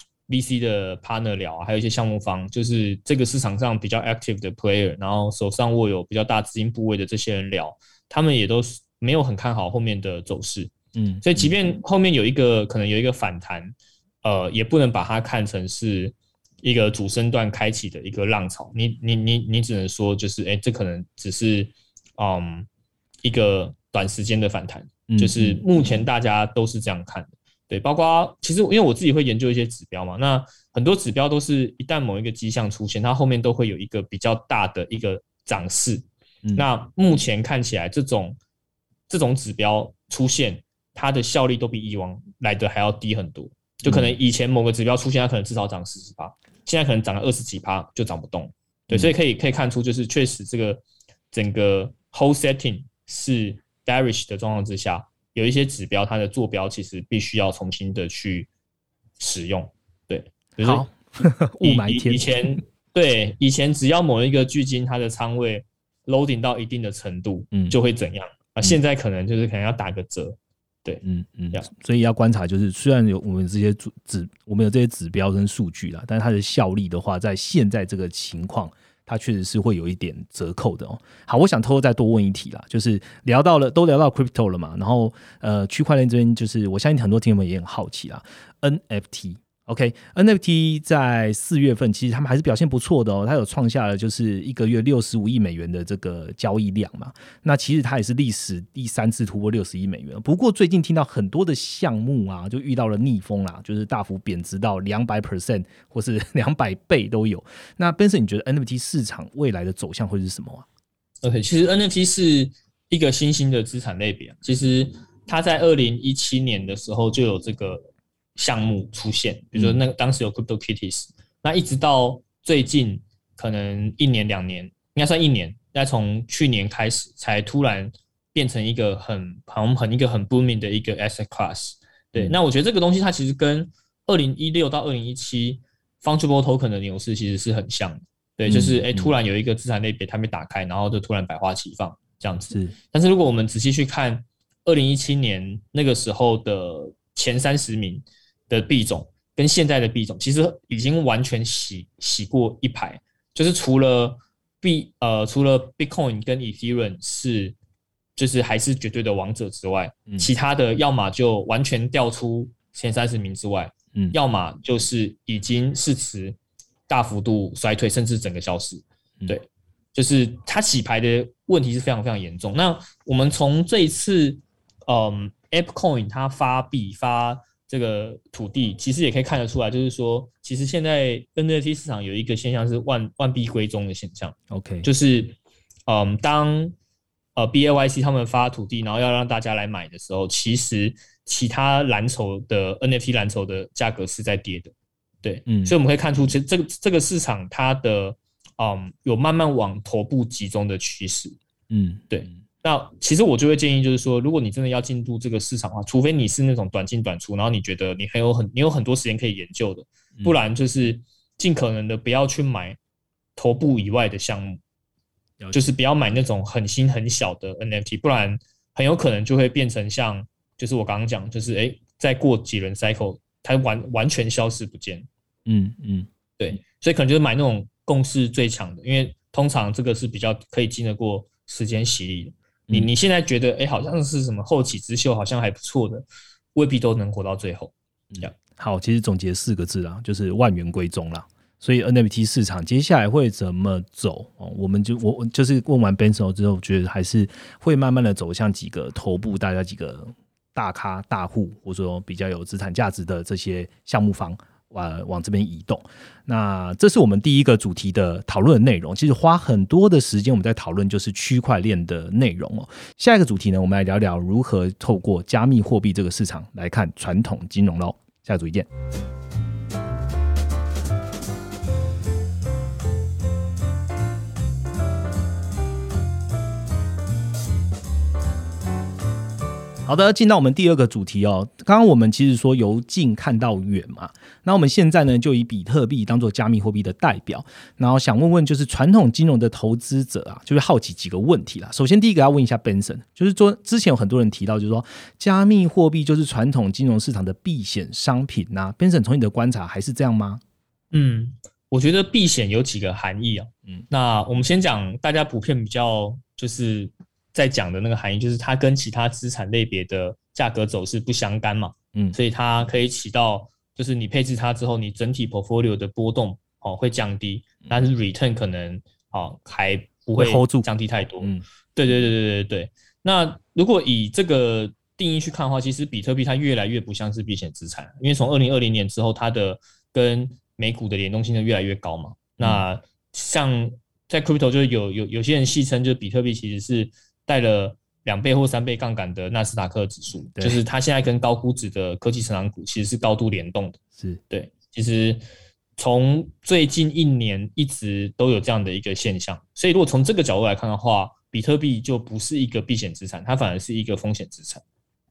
V C 的 partner 聊、啊，还有一些项目方，就是这个市场上比较 active 的 player， 然后手上握有比较大资金部位的这些人聊，他们也都没有很看好后面的走势。嗯，所以即便后面有一个可能有一个反弹，呃，也不能把它看成是一个主升段开启的一个浪潮，你你你你只能说就是，哎、欸，这可能只是嗯一个短时间的反弹、嗯，就是目前大家都是这样看的，对，包括其实因为我自己会研究一些指标嘛，那很多指标都是一旦某一个迹象出现，它后面都会有一个比较大的一个涨势，嗯、那目前看起来这种这种指标出现，它的效力都比以往来的还要低很多。就可能以前某个指标出现，它可能至少涨四十趴，现在可能涨了二十几趴就涨不动。对，所以可以可以看出，就是确实这个整个 whole setting 是 bearish 的状况之下，有一些指标它的坐标其实必须要重新的去使用。对，就是好，雾霾天。 以前对以前只要某一个巨鲸它的仓位 loading 到一定的程度，嗯，就会怎样啊？现在可能就是可能要打个折。对， 嗯嗯，所以要观察，就是虽然有我们这些指，我们有这些指标跟数据啦，但是它的效力的话，在现在这个情况，它确实是会有一点折扣的哦。好，我想偷偷再多问一题啦，就是聊到了，都聊到 crypto 了嘛，然后呃，区块链这边就是我相信很多听众们也很好奇啦 ，N F T。OK，N F T 在四月份其实他们还是表现不错的哦，它有创下了就是一个月六十五亿美元的这个交易量嘛。那其实它也是历史第三次突破六十亿美元。不过最近听到很多的项目啊，就遇到了逆风啦，就是大幅贬值到两百 percent 或是两百倍都有。那 Benson 你觉得 N F T 市场未来的走向会是什么啊 ？OK， 其实 N F T 是一个新兴的资产类别，其实它在二零一七年的时候就有这个项目出现，比如说那个当时有 CryptoKitties， 那一直到最近可能一年两年，应该算一年，再从去年开始才突然变成一个很很很一个很 booming 的一个 asset class。对，嗯、那我觉得这个东西它其实跟二零一六到二零一七 fungible token 的牛市其实是很像的。对，就是哎、欸，突然有一个资产类别它被打开，然后就突然百花齐放这样子。是，但是如果我们仔细去看二零一七年那个时候的前三十名的币种跟现在的币种其实已经完全洗洗过一排，就是除了币呃除了 Bitcoin 跟 Ethereum 是就是还是绝对的王者之外，嗯、其他的要么就完全掉出前三十名之外，嗯、要么就是已经市值大幅度衰退，甚至整个消失。嗯、对，就是它洗牌的问题是非常非常严重。那我们从这一次嗯 ApeCoin 它发币发这个土地其实也可以看得出来，就是说其实现在 N F T 市场有一个现象是万万币归宗的现象。 OK， 就是嗯，当呃 B A Y C 他们发土地然后要让大家来买的时候，其实其他蓝筹的 N F T 蓝筹的价格是在跌的。对，嗯，所以我们可以看出其实这个这个市场它的嗯有慢慢往头部集中的趋势。嗯，对。那其实我就会建议，就是说，如果你真的要进入这个市场的话，除非你是那种短进短出，然后你觉得你很有很你有很多时间可以研究的，不然就是尽可能的不要去买头部以外的项目，就是不要买那种很新很小的 N F T， 不然很有可能就会变成像就是我刚刚讲，就是哎，再过几轮 cycle， 它完完全消失不见。嗯嗯，对，所以可能就是买那种共识最强的，因为通常这个是比较可以经得过时间洗礼的。你你现在觉得哎、欸，好像是什么后起之秀，好像还不错的，未必都能活到最后。 嗯、好，其实总结四个字啦，就是万元归宗啦。所以 N F T 市场接下来会怎么走？哦、我们就我就是问完 Benson 之后，觉得还是会慢慢的走向几个头部，大家几个大咖大户，或者说比较有资产价值的这些项目方。往往这边移动，那这是我们第一个主题的讨论的内容。其实花很多的时间我们在讨论就是区块链的内容哦。下一个主题呢，我们来聊聊如何透过加密货币这个市场来看传统金融喽。下个主题见。 好的，进到我们第二个主题哦。刚刚我们其实说由近看到远嘛，那我们现在呢就以比特币当作加密货币的代表，然后想问问就是传统金融的投资者啊，就是好奇几个问题啦。首先第一个要问一下 Benson， 就是说之前有很多人提到就是说加密货币就是传统金融市场的避险商品啊 ，Benson 从你的观察还是这样吗？ 嗯，我觉得避险有几个含义啊。嗯，那我们先讲大家普遍比较就是在讲的那个含义，就是它跟其他资产类别的价格走势不相干嘛。嗯，所以它可以起到就是你配置它之后，你整体 portfolio 的波动、哦、会降低，但是 return 可能、哦、还不会降低太多。嗯，对对对对对对。那如果以这个定义去看的话，其实比特币它越来越不像是避险资产，因为从二零二零年之后，它的跟美股的联动性就越来越高嘛。那像在 crypto 就有有有些人戏称，就是比特币其实是带了两倍或三倍杠杆的纳斯达克指数，就是它现在跟高估值的科技成长股其实是高度联动的。是对，其实从最近一年一直都有这样的一个现象，所以如果从这个角度来看的话，比特币就不是一个避险资产，它反而是一个风险资产。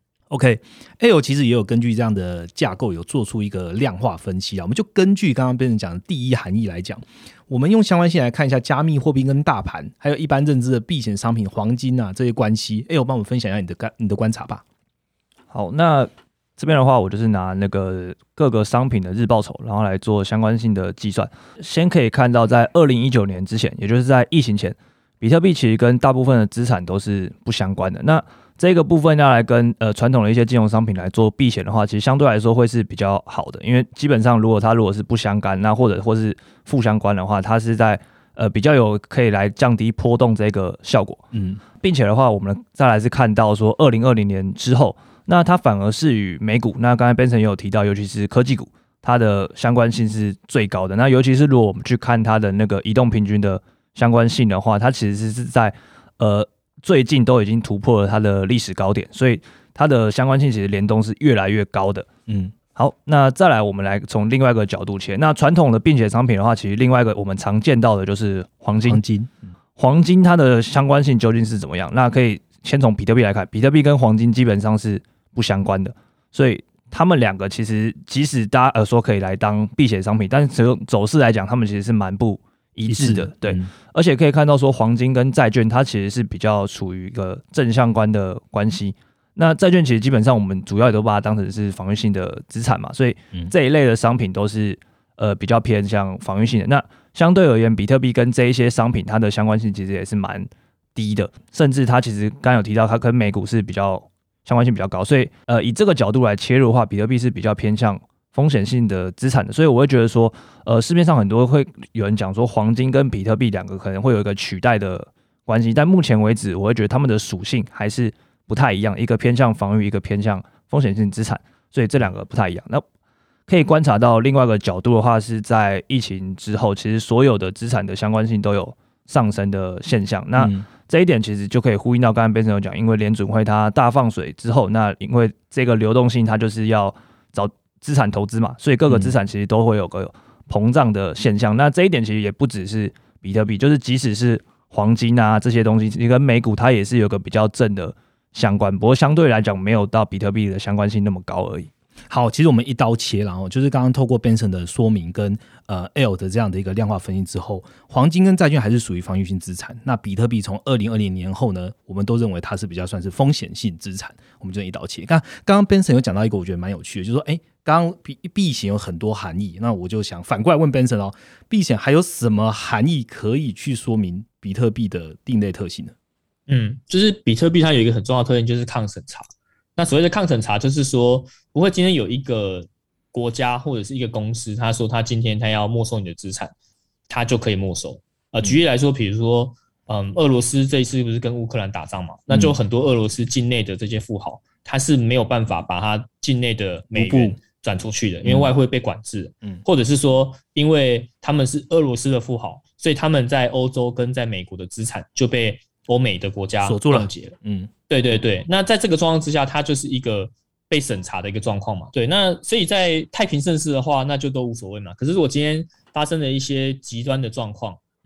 OK，A O 其实也有根据这样的架构有做出一个量化分析啊。我们就根据刚刚被人讲的第一含义来讲，我们用相关性来看一下加密货币跟大盘，还有一般认知的避险商品黄金啊这些关系。A O 帮我们分享一下你的你的观察吧。 好，那这边的话，我就是拿那个各个商品的日报酬，然后来做相关性的计算。先可以看到，在二零一九年之前，也就是在疫情前，比特币其实跟大部分的资产都是不相关的。那这个部分要来跟呃传统的一些金融商品来做避险的话，其实相对来说会是比较好的，因为基本上如果它如果是不相干，那或者或是负相关的话，它是在呃比较有可以来降低波动这个效果。嗯，并且的话，我们再来是看到说二零二零年之后，那它反而是与美股，那刚才 Benson 也有提到，尤其是科技股，它的相关性是最高的。那尤其是如果我们去看它的那个移动平均的相关性的话，它其实是在呃。最近都已经突破了它的历史高点，所以它的相关性其实联动是越来越高的。嗯，好，那再来我们来从另外一个角度切。那传统的避险商品的话，其实另外一个我们常见到的就是黄金。黄金，嗯、黄金它的相关性究竟是怎么样？那可以先从比特币来看，比特币跟黄金基本上是不相关的，所以他们两个其实即使大家说可以来当避险商品，但是从走势来讲，他们其实是蛮不一致的，对、嗯，而且可以看到说黄金跟债券它其实是比较处于一个正相关的关系。那债券其实基本上我们主要也都把它当成是防御性的资产嘛，所以这一类的商品都是呃比较偏向防御性的。那相对而言，比特币跟这一些商品它的相关性其实也是蛮低的，甚至它其实刚刚有提到它跟美股是比较相关性比较高，所以呃以这个角度来切入的话，比特币是比较偏向风险性的资产的，所以我会觉得说，呃，市面上很多会有人讲说，黄金跟比特币两个可能会有一个取代的关系，但目前为止，我会觉得它们的属性还是不太一样，一个偏向防御，一个偏向风险性资产，所以这两个不太一样。那可以观察到另外一个角度的话，是在疫情之后，其实所有的资产的相关性都有上升的现象。那这一点其实就可以呼应到刚才 Benson 有讲，因为联准会它大放水之后，那因为这个流动性它就是要找资产投资嘛，所以各个资产其实都会有个膨胀的现象。那这一点其实也不只是比特币，就是即使是黄金啊这些东西，跟美股它也是有个比较正的相关，不过相对来讲没有到比特币的相关性那么高而已。 好，其实我们一刀切，然后就是刚刚透过 Benson 的说明跟呃 L 的这样的一个量化分析之后，黄金跟债券还是属于防御性资产。那比特币从二零二零年后呢，我们都认为它是比较算是风险性资产，我们就一刀切。刚刚 Benson 有讲到一个我觉得蛮有趣的，就是说，哎，刚刚避险有很多含义，那我就想反过来问 Benson 哦，避险还有什么含义可以去说明比特币的定类特性呢？ 嗯，就是比特币它有一个很重要的特性，就是抗审查。那所谓的抗审查，就是说不会今天有一个国家或者是一个公司，他说他今天他要没收你的资产，他就可以没收。呃，举例来说，比如说，嗯，俄罗斯这一次不是跟乌克兰打仗嘛，那就很多俄罗斯境内的这些富豪，他是没有办法把他境内的美元转出去的，因为外汇被管制。嗯，或者是说，因为他们是俄罗斯的富豪，所以他们在欧洲跟在美国的资产就被欧美的国家锁住了， 冻结了。嗯，对对对。那在这个状况之下，它就是一个被审查的一个状况嘛。对，那所以在太平盛世的话，那就都无所谓嘛。可是如果今天发生了一些极端的状况，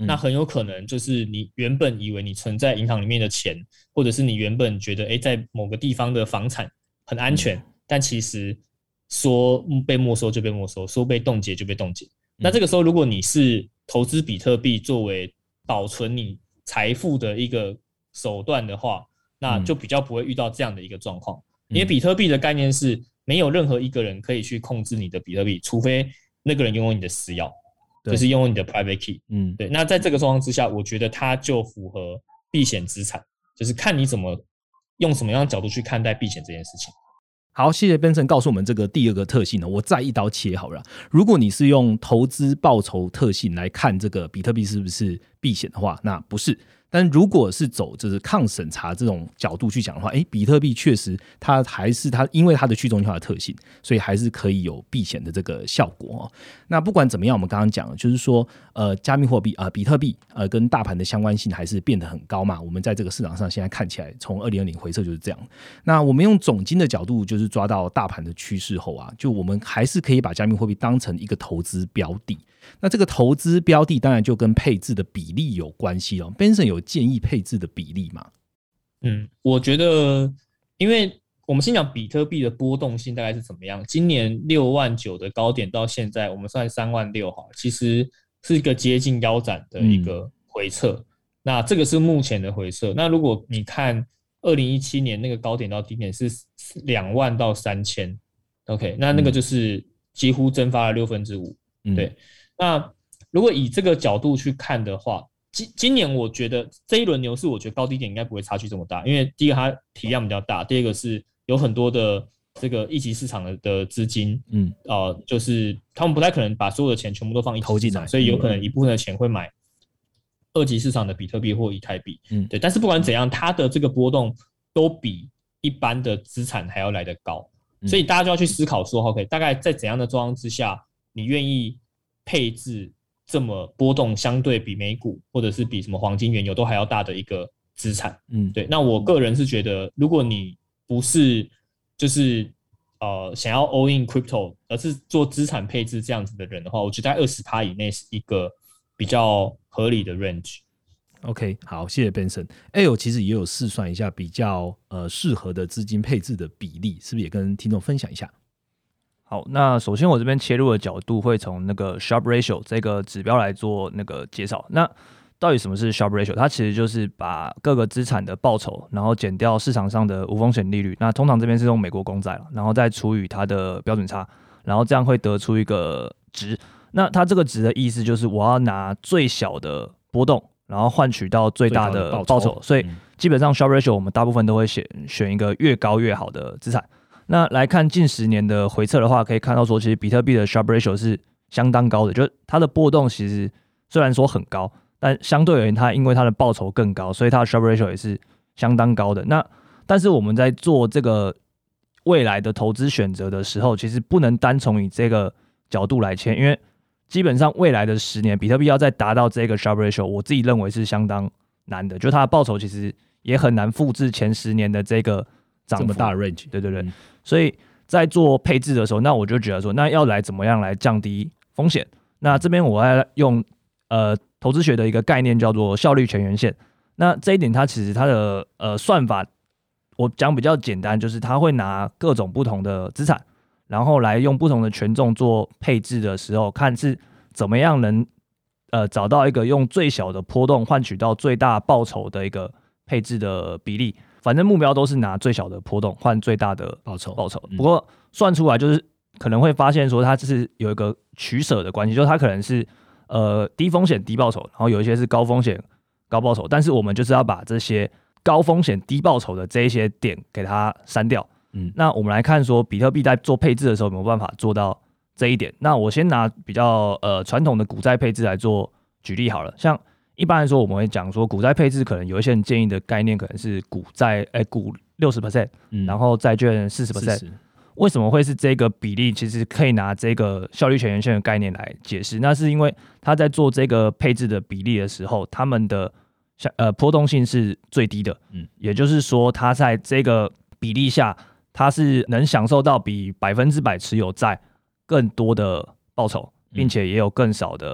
嗯、那很有可能就是你原本以为你存在银行里面的钱，或者是你原本觉得哎在某个地方的房产很安全，嗯、但其实说被没收就被没收，说被冻结就被冻结。嗯、那这个时候如果你是投资比特币作为保存你财富的一个手段的话，那就比较不会遇到这样的一个状况。嗯、因为比特币的概念是没有任何一个人可以去控制你的比特币，除非那个人拥有你的私钥，就是拥有你的 private key。嗯，对。那在这个状况之下，我觉得它就符合避险资产，就是看你怎么用什么样的角度去看待避险这件事情。 好，谢谢 Benson 告诉我们这个第二个特性呢，我再一刀切好了。如果你是用投资报酬特性来看这个比特币是不是避险的话，那不是。但如果是走就是抗审查这种角度去讲的话，诶，比特币确实它还是它因为它的去中心化的特性，所以还是可以有避险的这个效果哦。那不管怎么样，我们刚刚讲的就是说，呃，加密货币啊、呃，比特币呃跟大盘的相关性还是变得很高嘛。我们在这个市场上现在看起来，从二零二零回测就是这样。那我们用总金的角度，就是抓到大盘的趋势后啊，就我们还是可以把加密货币当成一个投资标的。那这个投资标的当然就跟配置的比例有关系了。Benson 有建议配置的比例吗？ 嗯，我觉得，因为我们先讲比特币的波动性大概是怎么样。今年六万九的高点到现在，我们算三万六哈，其实是一个接近腰斩的一个回撤。嗯、那这个是目前的回撤。那如果你看二零一七年那个高点到低点是两万到三千 ，OK， 那那个就是几乎蒸发了六分之五。嗯、对。那如果以这个角度去看的话，今今年我觉得这一轮牛市，我觉得高低点应该不会差距这么大，因为第一个它体量比较大，第二个是有很多的这个一级市场的资金，嗯，呃，就是他们不太可能把所有的钱全部都放一级市场，所以有可能一部分的钱会买二级市场的比特币或以太币，嗯，对。但是不管怎样，它的这个波动都比一般的资产还要来得高，所以大家就要去思考说 ，OK， 大概在怎样的状况之下，你愿意配置这么波动相对比美股或者是比什么黄金原油都还要大的一个资产，嗯，对。那我个人是觉得，如果你不是就是呃想要 all in crypto， 而是做资产配置这样子的人的话，我觉得在 百分之二十 以内是一个比较合理的 range。OK， 好，谢谢 Benson。哎，我其实也有试算一下比较呃适合的资金配置的比例，是不是也跟听众分享一下？ 好，那首先我这边切入的角度会从那个 Sharpe Ratio 这个指标来做那个介绍。那到底什么是 Sharpe Ratio？ 它其实就是把各个资产的报酬，然后减掉市场上的无风险利率。那通常这边是用美国公债了，然后再除以它的标准差，然后这样会得出一个值。那它这个值的意思就是我要拿最小的波动，然后换取到最大的报酬。报酬所以基本上 Sharpe Ratio 我们大部分都会选选一个越高越好的资产。那来看近十年的回测的话，可以看到说，其实比特币的 Sharpe Ratio 是相当高的，就是它的波动其实虽然说很高，但相对而言，它因为它的报酬更高，所以它的 Sharpe Ratio 也是相当高的。那但是我们在做这个未来的投资选择的时候，其实不能单从以这个角度来切，因为基本上未来的十年，比特币要再达到这个 Sharpe Ratio， 我自己认为是相当难的，就它的报酬其实也很难复制前十年的这个涨幅这么大的 range。 对对对。嗯，所以在做配置的时候，那我就觉得说，那要来怎么样来降低风险？那这边我要用呃投资学的一个概念叫做效率全圆线。那这一点它其实它的呃算法，我讲比较简单，就是它会拿各种不同的资产，然后来用不同的权重做配置的时候，看是怎么样能呃找到一个用最小的波动换取到最大报酬的一个配置的比例。反正目标都是拿最小的波动换最大的报酬。报酬。不过算出来就是可能会发现说，它就是有一个取舍的关系，就是它可能是呃低风险低报酬，然后有一些是高风险高报酬，但是我们就是要把这些高风险低报酬的这一些点给它删掉。嗯，那我们来看说，比特币在做配置的时候有没有办法做到这一点？那我先拿比较呃传统的股债配置来做举例好了，像。一般来说，我们会讲说股债配置可能有一些人建议的概念可能是股债，哎，股 百分之六十， 然后债券 百分之四十。为什么会是这个比例？其实可以拿这个效率全圆线的概念来解释。那是因为他在做这个配置的比例的时候，他们的呃波动性是最低的。嗯，也就是说，他在这个比例下，他是能享受到比百分之百持有债更多的报酬，并且也有更少的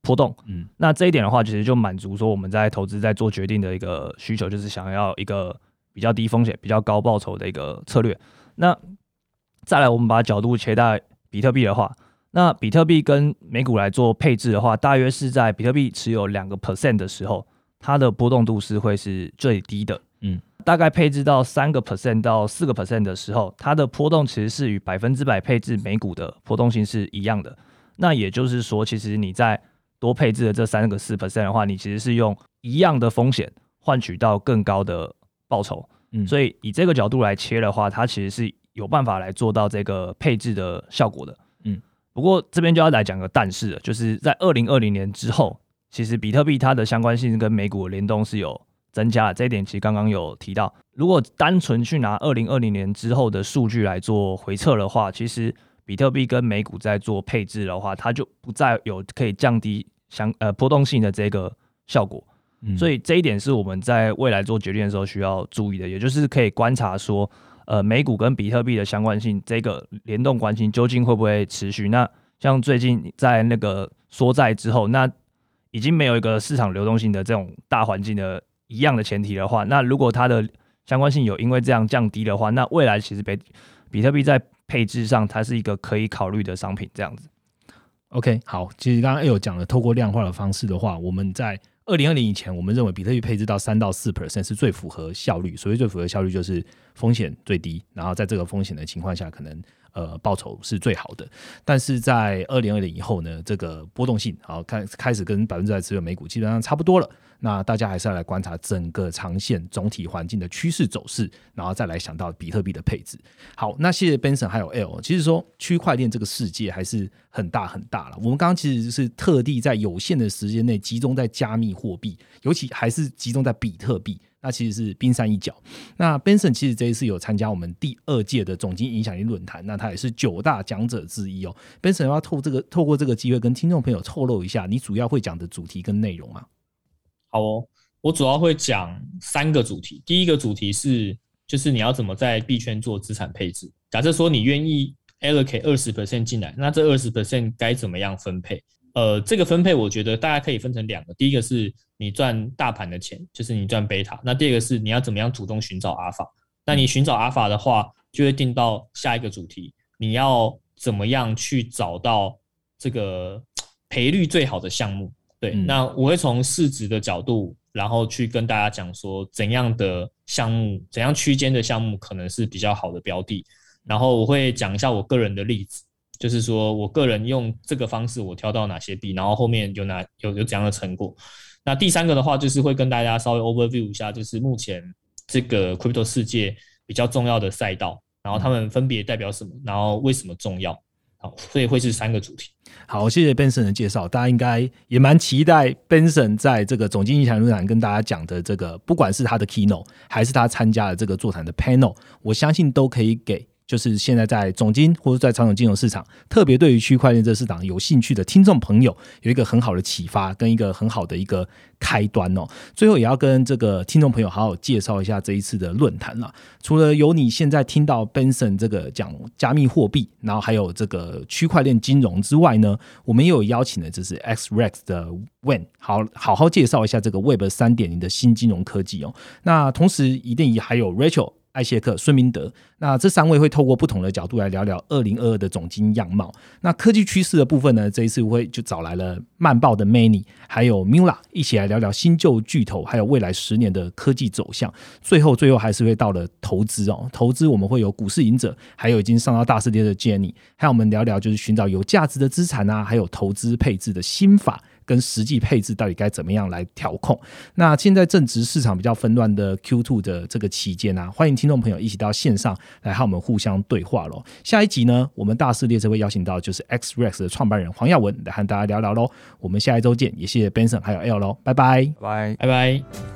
波动。 嗯， 那这一点的话，其实就满足说我们在投资在做决定的一个需求，就是想要一个比较低风险、比较高报酬的一个策略。那再来，我们把角度切到比特币的话，那比特币跟美股来做配置的话，大约是在比特币持有两个 percent 的时候，它的波动度是会是最低的。 嗯， 大概配置到三个 percent 到四个 percent 的时候，它的波动其实是与百分之百配置美股的波动性是一样的。那也就是说，其实你在多配置的这三个四 percent 的话，你其实是用一样的风险换取到更高的报酬。嗯，所以以这个角度来切的话，它其实是有办法来做到这个配置的效果的。嗯，不过这边就要来讲个但是了，就是在二零二零年之后，其实比特币它的相关性跟美股的联动是有增加的，这一点其实刚刚有提到。如果单纯去拿二零二零年之后的数据来做回测的话，其实比特币跟美股在做配置的话，它就不再有可以降低相呃波动性的这个效果。嗯，所以这一点是我们在未来做决定的时候需要注意的，也就是可以观察说，呃，美股跟比特币的相关性这个联动关系究竟会不会持续？那像最近在那个缩债之后，那已经没有一个市场流动性的这种大环境的一样的前提的话，那如果它的相关性有因为这样降低的话，那未来其实比比特币在配置上它是一个可以考虑的商品，这样子。 OK， 好，其实刚刚 A 有讲了，透过量化的方式的话，我们在二零二零以前，我们认为比特币配置到三到四 percent 是最符合效率。所谓最符合效率，就是风险最低，然后在这个风险的情况下，可能呃报酬是最好的。但是在二零二零以后呢，这个波动性好开开始跟百分之百持有美股基本上差不多了。那大家还是要来观察整个长线总体环境的趋势走势，然后再来想到比特币的配置。好，那谢谢 Benson 还有 L。其实说区块链这个世界还是很大很大了。我们刚刚其实是特地在有限的时间内集中在加密货币，尤其还是集中在比特币。那其实是冰山一角。那 Benson 其实这一次有参加我们第二届的总经影响力论坛，那他也是九大讲者之一哦。Benson 要不要透这个透过这个机会跟听众朋友透露一下，你主要会讲的主题跟内容吗？ 好哦，我主要会讲三个主题。第一个主题是，就是你要怎么在币圈做资产配置。假设说你愿意 allocate 百分之二十 进来，那这 百分之二十 该怎么样分配？呃，这个分配我觉得大家可以分成两个。第一个是你赚大盘的钱，就是你赚贝塔。那第二个是你要怎么样主动寻找阿法。那你寻找阿法的话，就会定到下一个主题，你要怎么样去找到这个赔率最好的项目。对，嗯、那我会从市值的角度，然后去跟大家讲说怎样的项目，怎样区间的项目可能是比较好的标的。然后我会讲一下我个人的例子，就是说我个人用这个方式我挑到哪些币，然后后面有哪有有怎样的成果。那第三个的话，就是会跟大家稍微 overview 一下，就是目前这个 crypto 世界比较重要的赛道，然后他们分别代表什么，然后为什么重要。好，所以会是三个主题。 好，谢谢 Benson 的介绍，大家应该也蛮期待 Benson 在这个总经影响力论坛跟大家讲的这个，不管是他的 keynote 还是他参加的这个座谈的 panel， 我相信都可以给就是现在在总经或者在传统金融市场，特别对于区块链这个市场有兴趣的听众朋友，有一个很好的启发跟一个很好的一个开端哦。最后也要跟这个听众朋友好好介绍一下这一次的论坛啦。除了有你现在听到 Benson 这个讲加密货币，然后还有这个区块链金融之外呢，我们也有邀请的就是 X R E X 的 Wen 好好好介绍一下这个 Web 三点零 的新金融科技哦。那同时一定还有 Rachel艾谢克、孙明德，那这三位会透过不同的角度来聊聊二零二二的总经样貌。那科技趋势的部分呢，这一次会就找来了慢报的 Manny 还有 Mula 一起来聊聊新旧巨头还有未来十年的科技走向。最后最后还是会到了投资哦，投资我们会有股市赢者，还有已经上到大世界的 Jenny， 还有我们聊聊就是寻找有价值的资产啊，还有投资配置的心法跟实际配置到底该怎么样来调控。那现在正值市场比较纷乱的 Q 二 的这个期间啊，欢迎听众朋友一起到线上来和我们互相对话咯。下一集呢，我们大事列车会邀请到就是 X R E X 的创办人黄耀文来和大家聊聊咯。我们下一周见，也谢谢 Benson 还有 L 咯，拜拜拜拜拜。